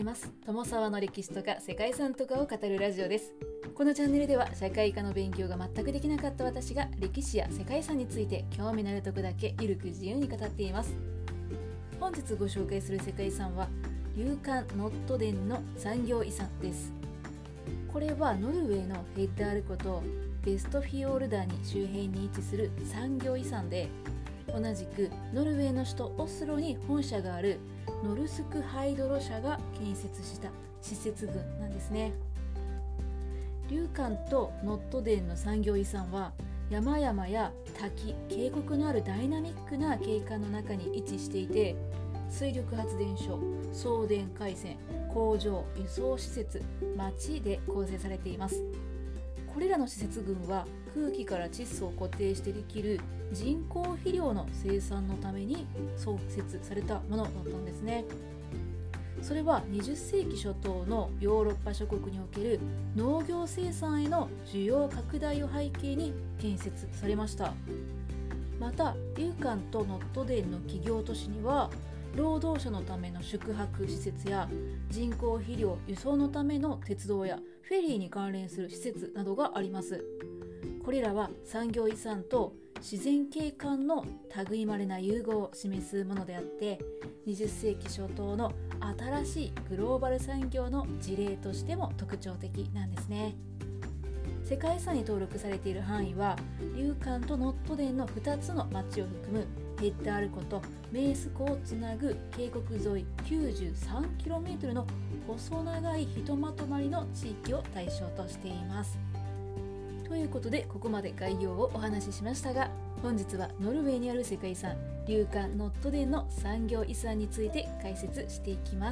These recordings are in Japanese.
ます。友沢の歴史とか世界遺産とかを語るラジオです。このチャンネルでは社会科の勉強が全くできなかった私が歴史や世界遺産について興味のあるとこだけゆるく自由に語っています。本日ご紹介する世界遺産はリューカン・ノットデンの産業遺産です。これはノルウェーのヘッダール湖とベストフィオールダーに周辺に位置する産業遺産で、同じくノルウェーの首都オスロに本社があるノルスクハイドロ社が建設した施設群なんですね。リューカンとノットデンの産業遺産は山々や滝、渓谷のあるダイナミックな景観の中に位置していて、水力発電所、送電回線、工場、輸送施設、町で構成されています。これらの施設群は空気から窒素を固定してできる人工肥料の生産のために創設されたものだったんですね。それは20世紀初頭のヨーロッパ諸国における農業生産への需要拡大を背景に建設されました。またリューカンとノットデンの企業都市には労働者のための宿泊施設や人工肥料輸送のための鉄道やフェリーに関連する施設などがあります。これらは産業遺産と自然景観の類まれな融合を示すものであって、20世紀初頭の新しいグローバル産業の事例としても特徴的なんですね。世界遺産に登録されている範囲はリューカンとノットデンの2つの町を含むヘッダール湖とメース湖をつなぐ渓谷沿い 93km の細長いひとまとまりの地域を対象としています。ということでここまで概要をお話ししましたが、本日はノルウェーにある世界遺産リューカン・ノットデンの産業遺産について解説していきます。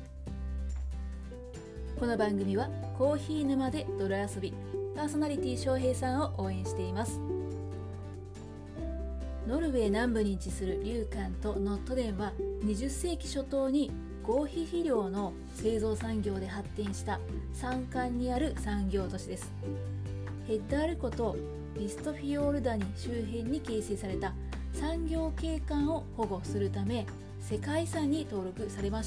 この番組はコーヒー沼で泥遊び、パーソナリティ翔平さんを応援しています。ノルウェー南部に位置するリューカンとノットデンは20世紀初頭に合皮肥料の製造産業で発展した山間にある産業都市です。ヘッダール湖とビストフィオールダに周辺に形成された産業景観を保護するため世界遺産に登録されました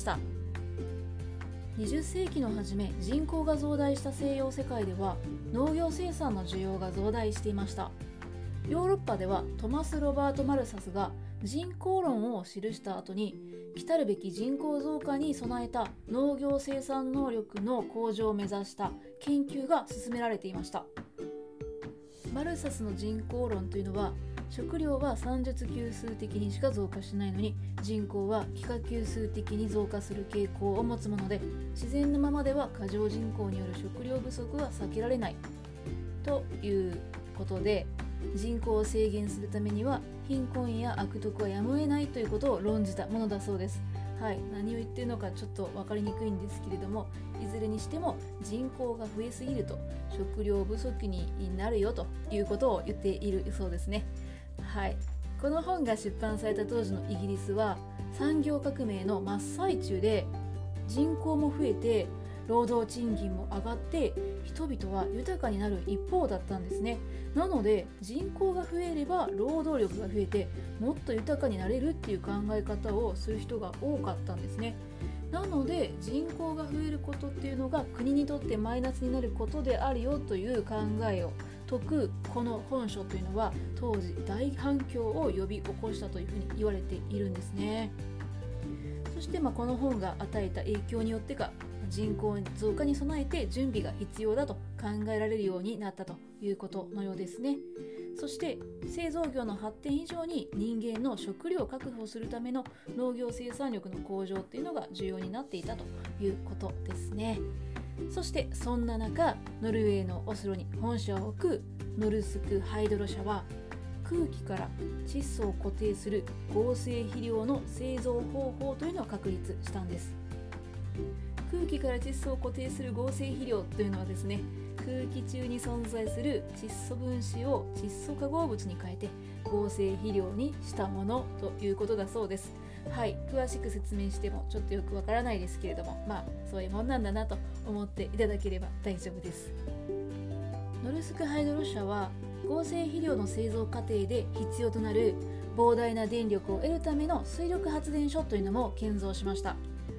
。20世紀の初め、人口が増大した西洋世界では農業生産の需要が増大していました。ヨーロッパではトマス・ロバート・マルサスが人口論を記した後に、来たるべき人口増加に備えた農業生産能力の向上を目指した研究が進められていました。マルサスの人口論というのは、食料は算術級数的にしか増加しないのに人口は幾何級数的に増加する傾向を持つもので、自然のままでは過剰人口による食料不足は避けられないということで、人口を制限するためには貧困や悪徳はやむを得ないということを論じたものだそうです。はい、何を言っているのかちょっと分かりにくいんですけれども、いずれにしても人口が増えすぎると食料不足になるよということを言っているそうですね。はい、この本が出版された当時のイギリスは産業革命の真っ最中で、人口も増えて労働賃金も上がって人々は豊かになる一方だったんですね。なので人口が増えれば労働力が増えてもっと豊かになれるっていう考え方をする人が多かったんですね。なので人口が増えることっていうのが国にとってマイナスになることであるよという考えを説くこの本書というのは当時大反響を呼び起こしたというふうに言われているんですね。そしてこの本が与えた影響によってか、人口増加に備えて準備が必要だと考えられるようになったということのようですね。そして製造業の発展以上に人間の食料を確保するための農業生産力の向上っていうのが重要になっていたということですね。そしてそんな中、ノルウェーのオスロに本社を置くノルスクハイドロ社は空気から窒素を固定する合成肥料の製造方法というのを確立したんです。空気から窒素を固定する合成肥料というのはですね、空気中に存在する窒素分子を窒素化合物に変えて合成肥料にしたものということだそうです。はい、詳しく説明してもちょっとよくわからないですけれども、そういうもんなんだなと思っていただければ大丈夫です。ノルスクハイドロ社は合成肥料の製造過程で必要となる膨大な電力を得るための水力発電所というのも建造しました。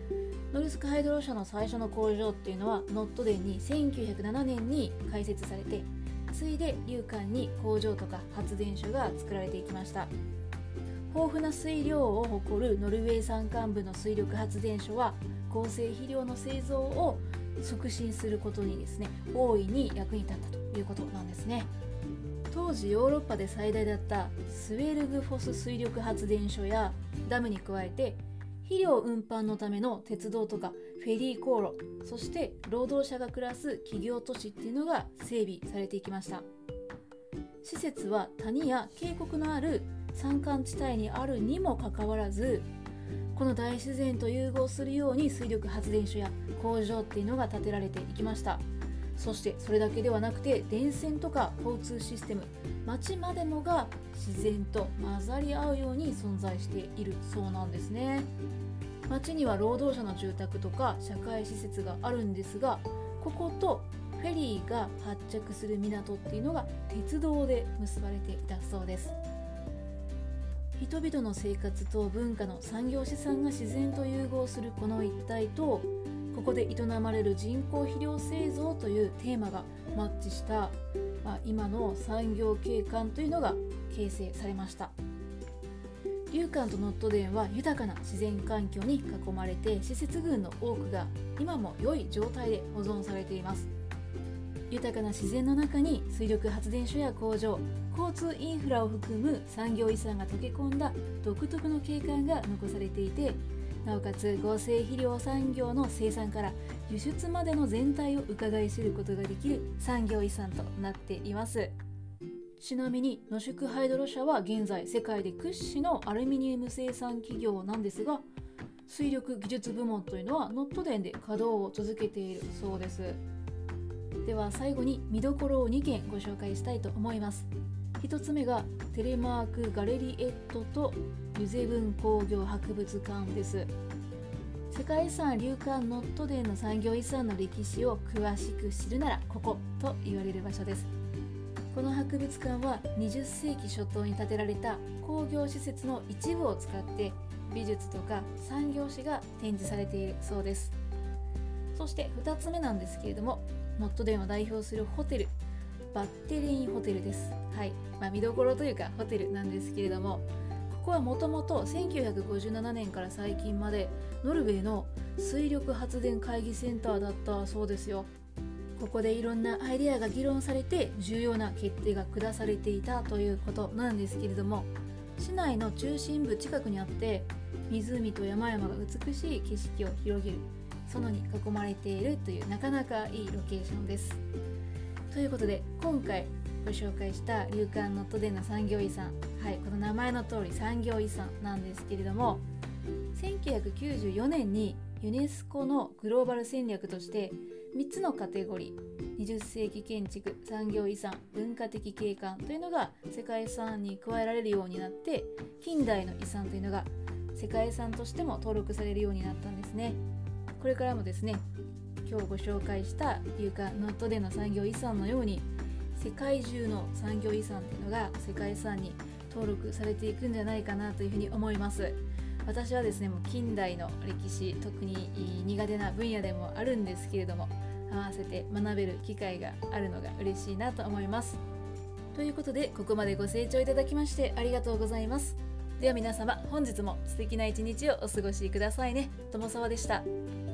ノルスクハイドロ社の最初の工場っていうのはノットデンに1907年に開設されて、次いでリュウカンに工場とか発電所が作られていきました。豊富な水量を誇るノルウェー山間部の水力発電所は合成肥料の製造を促進することにですね、大いに役に立ったということなんですね。当時ヨーロッパで最大だったスウェルグフォス水力発電所やダムに加えて、肥料運搬のための鉄道とかフェリー航路、そして労働者が暮らす企業都市っていうのが整備されていきました。施設は谷や渓谷のある山間地帯にあるにもかかわらず、この大自然と融合するように水力発電所や工場っていうのが建てられていきました。そしてそれだけではなくて、電線とか交通システム、街までもが自然と混ざり合うように存在しているそうなんですね。街には労働者の住宅とか社会施設があるんですが、こことフェリーが発着する港っていうのが鉄道で結ばれていたそうです。人々の生活と文化の産業資産が自然と融合するこの一帯と、ここで営まれる人工肥料製造というテーマがマッチした、今の産業景観というのが形成されました。リュウカンとノットデンは豊かな自然環境に囲まれて、施設群の多くが今も良い状態で保存されています。豊かな自然の中に水力発電所や工場、交通インフラを含む産業遺産が溶け込んだ独特の景観が残されていて、なおかつ合成肥料産業の生産から輸出までの全体を伺い知ることができる産業遺産となっています。ちなみにノシュクハイドロ社は現在世界で屈指のアルミニウム生産企業なんですが、水力技術部門というのはノットデンで稼働を続けているそうです。では最後に見どころを2件ご紹介したいと思います。1つ目がテレマークガレリエットとユゼブン工業博物館です。世界遺産リュウカンノットデンの産業遺産の歴史を詳しく知るならここと言われる場所です。この博物館は20世紀初頭に建てられた工業施設の一部を使って美術とか産業史が展示されているそうです。そして2つ目なんですけれども、ノットデンを代表するホテル、バッテレインホテルです。見どころというかホテルなんですけれども、ここはもともと1957年から最近までノルウェーの水力発電会議センターだったそうですよ。ここでいろんなアイデアが議論されて重要な決定が下されていたということなんですけれども、市内の中心部近くにあって湖と山々が美しい景色を広げる園に囲まれているというなかなかいいロケーションです。ということで今回ご紹介したリュウカンノットデンの産業遺産、この名前の通り産業遺産なんですけれども、1994年にユネスコのグローバル戦略として3つのカテゴリー、20世紀建築、産業遺産、文化的景観というのが世界遺産に加えられるようになって、近代の遺産というのが世界遺産としても登録されるようになったんですね。これからもですね、今日ご紹介したリュウカンノットデンの産業遺産のように世界中の産業遺産というのが世界遺産に登録されていくんじゃないかなというふうに思います。私はですね、もう近代の歴史、特に苦手な分野でもあるんですけれども、合わせて学べる機会があるのが嬉しいなと思います。ということでここまでご清聴いただきましてありがとうございます。では皆様、本日も素敵な一日をお過ごしくださいね。友沢でした。